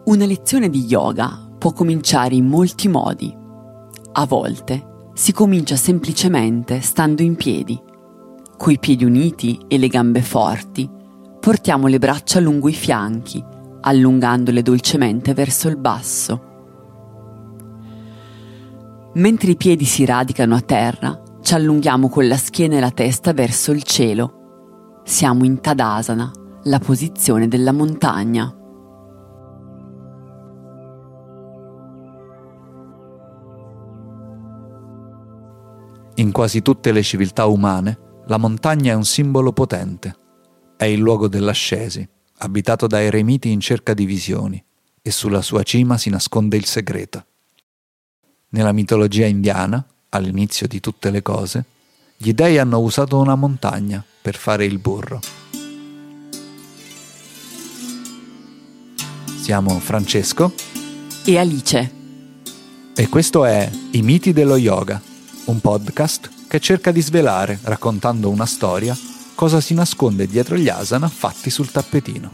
Una lezione di yoga può cominciare in molti modi. A volte si comincia semplicemente stando in piedi. Coi piedi uniti e le gambe forti, portiamo le braccia lungo i fianchi, allungandole dolcemente verso il basso. Mentre i piedi si radicano a terra, ci allunghiamo con la schiena e la testa verso il cielo. Siamo in Tadasana, la posizione della montagna. In quasi tutte le civiltà umane, la montagna è un simbolo potente. È il luogo dell'ascesi, abitato da eremiti in cerca di visioni, e sulla sua cima si nasconde il segreto. Nella mitologia indiana, all'inizio di tutte le cose, gli dei hanno usato una montagna per fare il burro. Siamo Francesco e Alice. E questo è I miti dello yoga, un podcast che cerca di svelare, raccontando una storia, cosa si nasconde dietro gli asana fatti sul tappetino.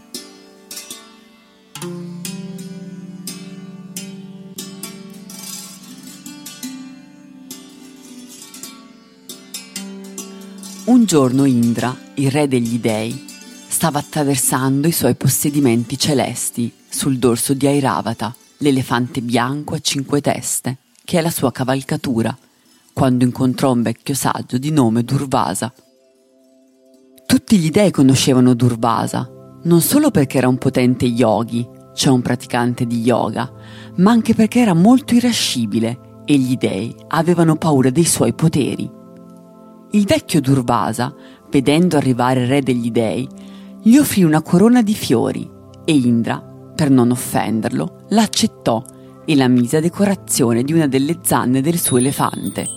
Un giorno Indra, il re degli dei, stava attraversando i suoi possedimenti celesti sul dorso di Airavata, l'elefante bianco a 5 teste, che è la sua cavalcatura, quando incontrò un vecchio saggio di nome Durvasa. Tutti gli dei conoscevano Durvasa, non solo perché era un potente yogi, cioè un praticante di yoga, ma anche perché era molto irascibile e gli dei avevano paura dei suoi poteri. Il vecchio Durvasa, vedendo arrivare il re degli dei, gli offrì una corona di fiori e Indra, per non offenderlo, l'accettò e la mise a decorazione di una delle zanne del suo elefante.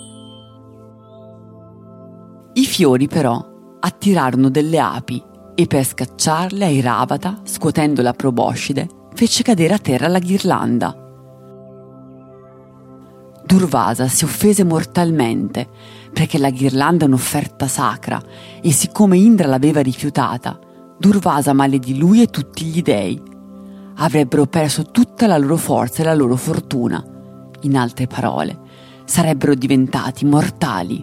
I fiori però attirarono delle api e per scacciarle Airavata, scuotendo la proboscide, fece cadere a terra la ghirlanda. Durvasa si offese mortalmente perché la ghirlanda è un'offerta sacra e siccome Indra l'aveva rifiutata, Durvasa maledì lui e tutti gli dei. Avrebbero perso tutta la loro forza e la loro fortuna. In altre parole, sarebbero diventati mortali.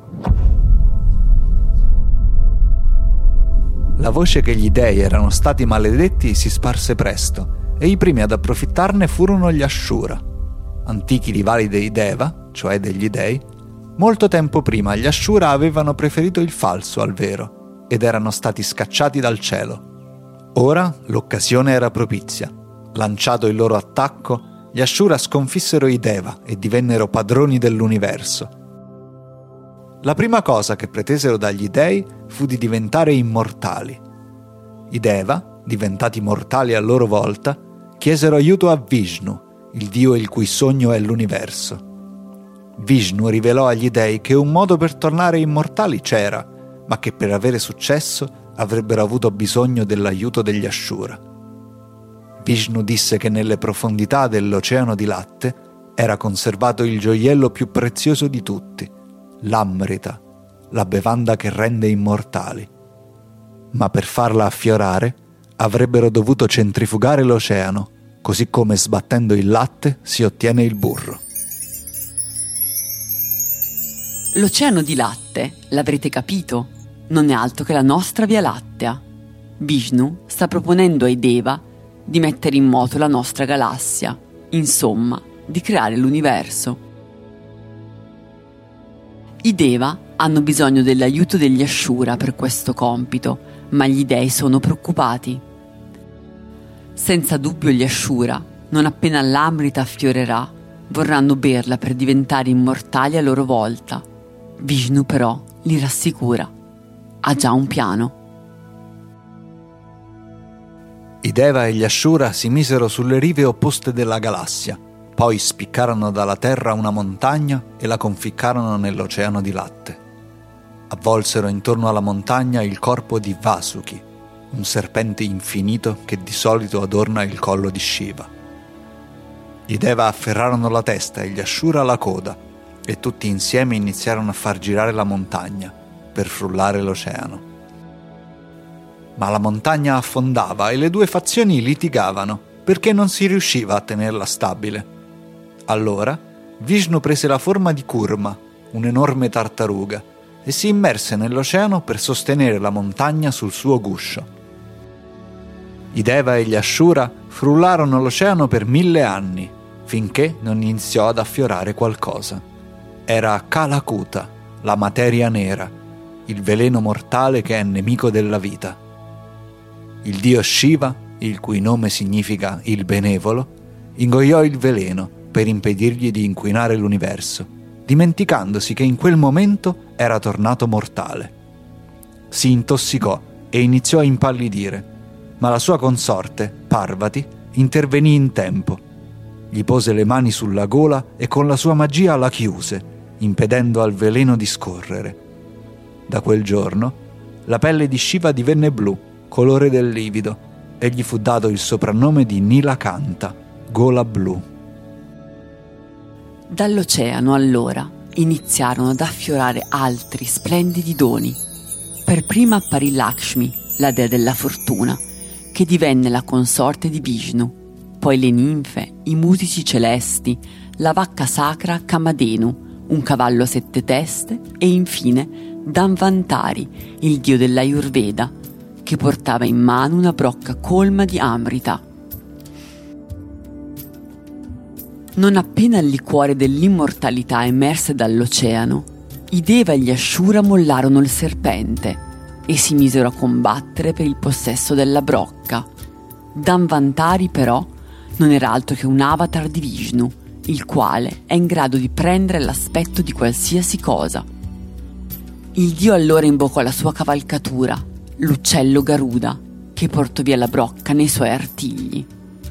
La voce che gli dei erano stati maledetti si sparse presto e i primi ad approfittarne furono gli Ashura, antichi rivali dei Deva, cioè degli dei. Molto tempo prima gli Ashura avevano preferito il falso al vero ed erano stati scacciati dal cielo. Ora l'occasione era propizia. Lanciato il loro attacco, gli Ashura sconfissero i Deva e divennero padroni dell'universo. La prima cosa che pretesero dagli dei fu di diventare immortali. I Deva, diventati mortali a loro volta, chiesero aiuto a Vishnu, il dio il cui sogno è l'universo. Vishnu rivelò agli dei che un modo per tornare immortali c'era, ma che per avere successo avrebbero avuto bisogno dell'aiuto degli Ashura. Vishnu disse che nelle profondità dell'oceano di latte era conservato il gioiello più prezioso di tutti, l'Amrita, la bevanda che rende immortali. Ma per farla affiorare avrebbero dovuto centrifugare l'oceano, così come sbattendo il latte si ottiene il burro. L'oceano di latte, l'avrete capito, non è altro che la nostra Via Lattea. Vishnu sta proponendo ai Deva di mettere in moto la nostra galassia, insomma, di creare l'universo. I Deva hanno bisogno dell'aiuto degli Ashura per questo compito, ma gli dei sono preoccupati. Senza dubbio gli Ashura, non appena l'Amrita affiorerà, vorranno berla per diventare immortali a loro volta. Vishnu però li rassicura. Ha già un piano. I Deva e gli Ashura si misero sulle rive opposte della galassia, poi spiccarono dalla terra una montagna e la conficcarono nell'oceano di latte. Avvolsero intorno alla montagna il corpo di Vasuki, un serpente infinito che di solito adorna il collo di Shiva. I Deva afferrarono la testa e gli Ashura la coda, e tutti insieme iniziarono a far girare la montagna per frullare l'oceano. Ma la montagna affondava e le due fazioni litigavano perché non si riusciva a tenerla stabile. Allora Vishnu prese la forma di Kurma, un'enorme tartaruga, e si immerse nell'oceano per sostenere la montagna sul suo guscio. I Deva e gli Ashura frullarono l'oceano per 1000 anni, finché non iniziò ad affiorare qualcosa. Era Kalakuta, la materia nera, il veleno mortale che è nemico della vita. Il dio Shiva, il cui nome significa il benevolo, ingoiò il veleno per impedirgli di inquinare l'universo, dimenticandosi che in quel momento era tornato mortale. Si intossicò e iniziò a impallidire, ma la sua consorte, Parvati, intervenì in tempo. Gli pose le mani sulla gola e con la sua magia la chiuse, impedendo al veleno di scorrere. Da quel giorno, la pelle di Shiva divenne blu, colore del livido, e gli fu dato il soprannome di Nilakanta, gola blu. Dall'oceano, allora, iniziarono ad affiorare altri splendidi doni. Per prima apparì Lakshmi, la dea della fortuna, che divenne la consorte di Vishnu, poi le ninfe, i musici celesti, la vacca sacra Kamadhenu, un cavallo a 7 teste e infine Dhanvantari, il dio dell'Ayurveda, che portava in mano una brocca colma di Amrita. Non appena il liquore dell'immortalità emerse dall'oceano, i Deva e gli Ashura mollarono il serpente e si misero a combattere per il possesso della brocca. Dhanvantari, però, non era altro che un avatar di Vishnu, il quale è in grado di prendere l'aspetto di qualsiasi cosa. Il dio allora invocò la sua cavalcatura, l'uccello Garuda, che portò via la brocca nei suoi artigli.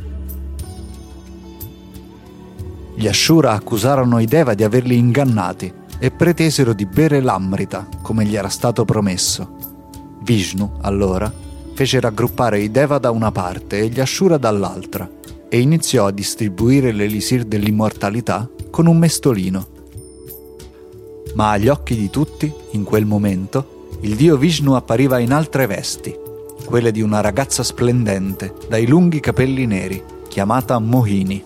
Gli Ashura accusarono i Deva di averli ingannati e pretesero di bere l'Amrita, come gli era stato promesso. Vishnu, allora, fece raggruppare i Deva da una parte e gli Ashura dall'altra e iniziò a distribuire l'elisir dell'immortalità con un mestolino. Ma agli occhi di tutti, in quel momento, il dio Vishnu appariva in altre vesti, quelle di una ragazza splendente, dai lunghi capelli neri, chiamata Mohini.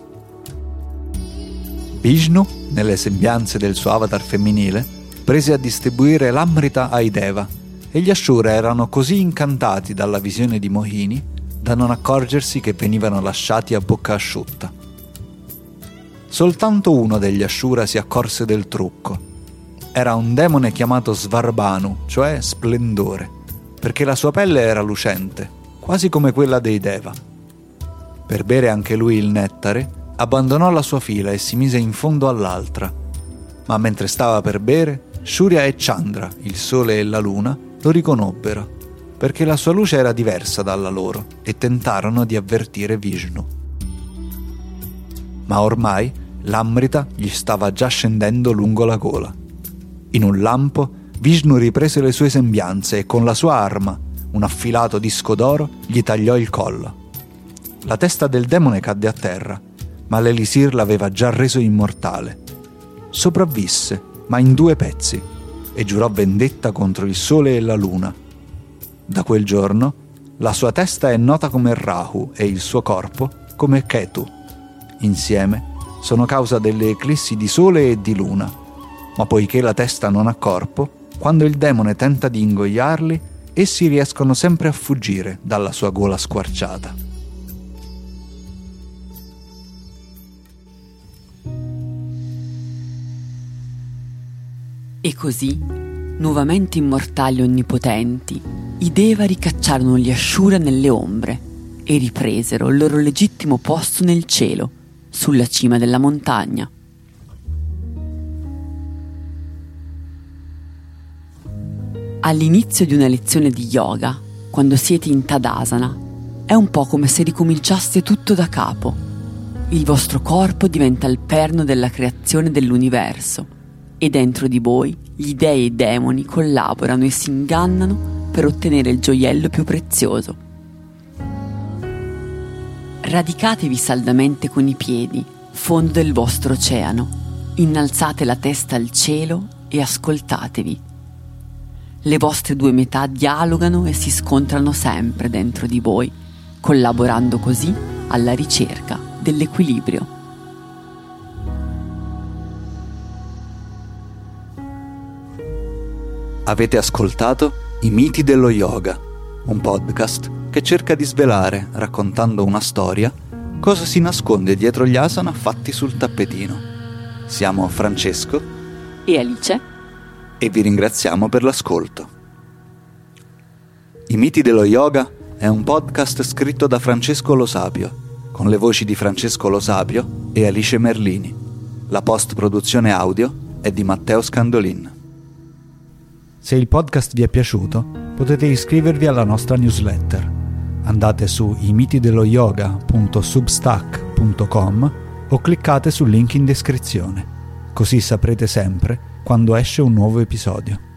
Vishnu, nelle sembianze del suo avatar femminile, prese a distribuire l'Amrita ai Deva, e gli Ashura erano così incantati dalla visione di Mohini da non accorgersi che venivano lasciati a bocca asciutta. Soltanto uno degli Ashura si accorse del trucco. Era un demone chiamato Svarbhanu, cioè splendore, perché la sua pelle era lucente, quasi come quella dei Deva. Per bere anche lui il nettare, abbandonò la sua fila e si mise in fondo all'altra. Ma mentre stava per bere, Surya e Chandra, il sole e la luna, lo riconobbero, perché la sua luce era diversa dalla loro e tentarono di avvertire Vishnu. Ma ormai l'Amrita gli stava già scendendo lungo la gola. In un lampo Vishnu riprese le sue sembianze e con la sua arma, un affilato disco d'oro, gli tagliò il collo. La testa del demone cadde a terra, ma l'elisir l'aveva già reso immortale. Sopravvisse, ma in 2 pezzi, e giurò vendetta contro il sole e la luna. Da quel giorno la sua testa è nota come Rahu e il suo corpo come Ketu. Insieme sono causa delle eclissi di sole e di luna, ma poiché la testa non ha corpo, quando il demone tenta di ingoiarli, essi riescono sempre a fuggire dalla sua gola squarciata. E così, nuovamente immortali e onnipotenti, i Deva ricacciarono gli Ashura nelle ombre e ripresero il loro legittimo posto nel cielo, sulla cima della montagna. All'inizio di una lezione di yoga, quando siete in Tadasana, è un po' come se ricominciaste tutto da capo. Il vostro corpo diventa il perno della creazione dell'universo e dentro di voi gli dei e i demoni collaborano e si ingannano per ottenere il gioiello più prezioso. Radicatevi saldamente con i piedi, fondo del vostro oceano, innalzate la testa al cielo e ascoltatevi. Le vostre 2 metà dialogano e si scontrano sempre dentro di voi, collaborando così alla ricerca dell'equilibrio. Avete ascoltato I miti dello yoga, un podcast che cerca di svelare, raccontando una storia, cosa si nasconde dietro gli asana fatti sul tappetino. Siamo Francesco E Alice e vi ringraziamo per l'ascolto. I miti dello yoga è un podcast scritto da Francesco Lo Sapio, con le voci di Francesco Lo Sapio e Alice Merlini. La post-produzione audio è di Matteo Scandolin. Se il podcast vi è piaciuto, potete iscrivervi alla nostra newsletter. Andate su imitidelloyoga.substack.com o cliccate sul link in descrizione, così saprete sempre quando esce un nuovo episodio.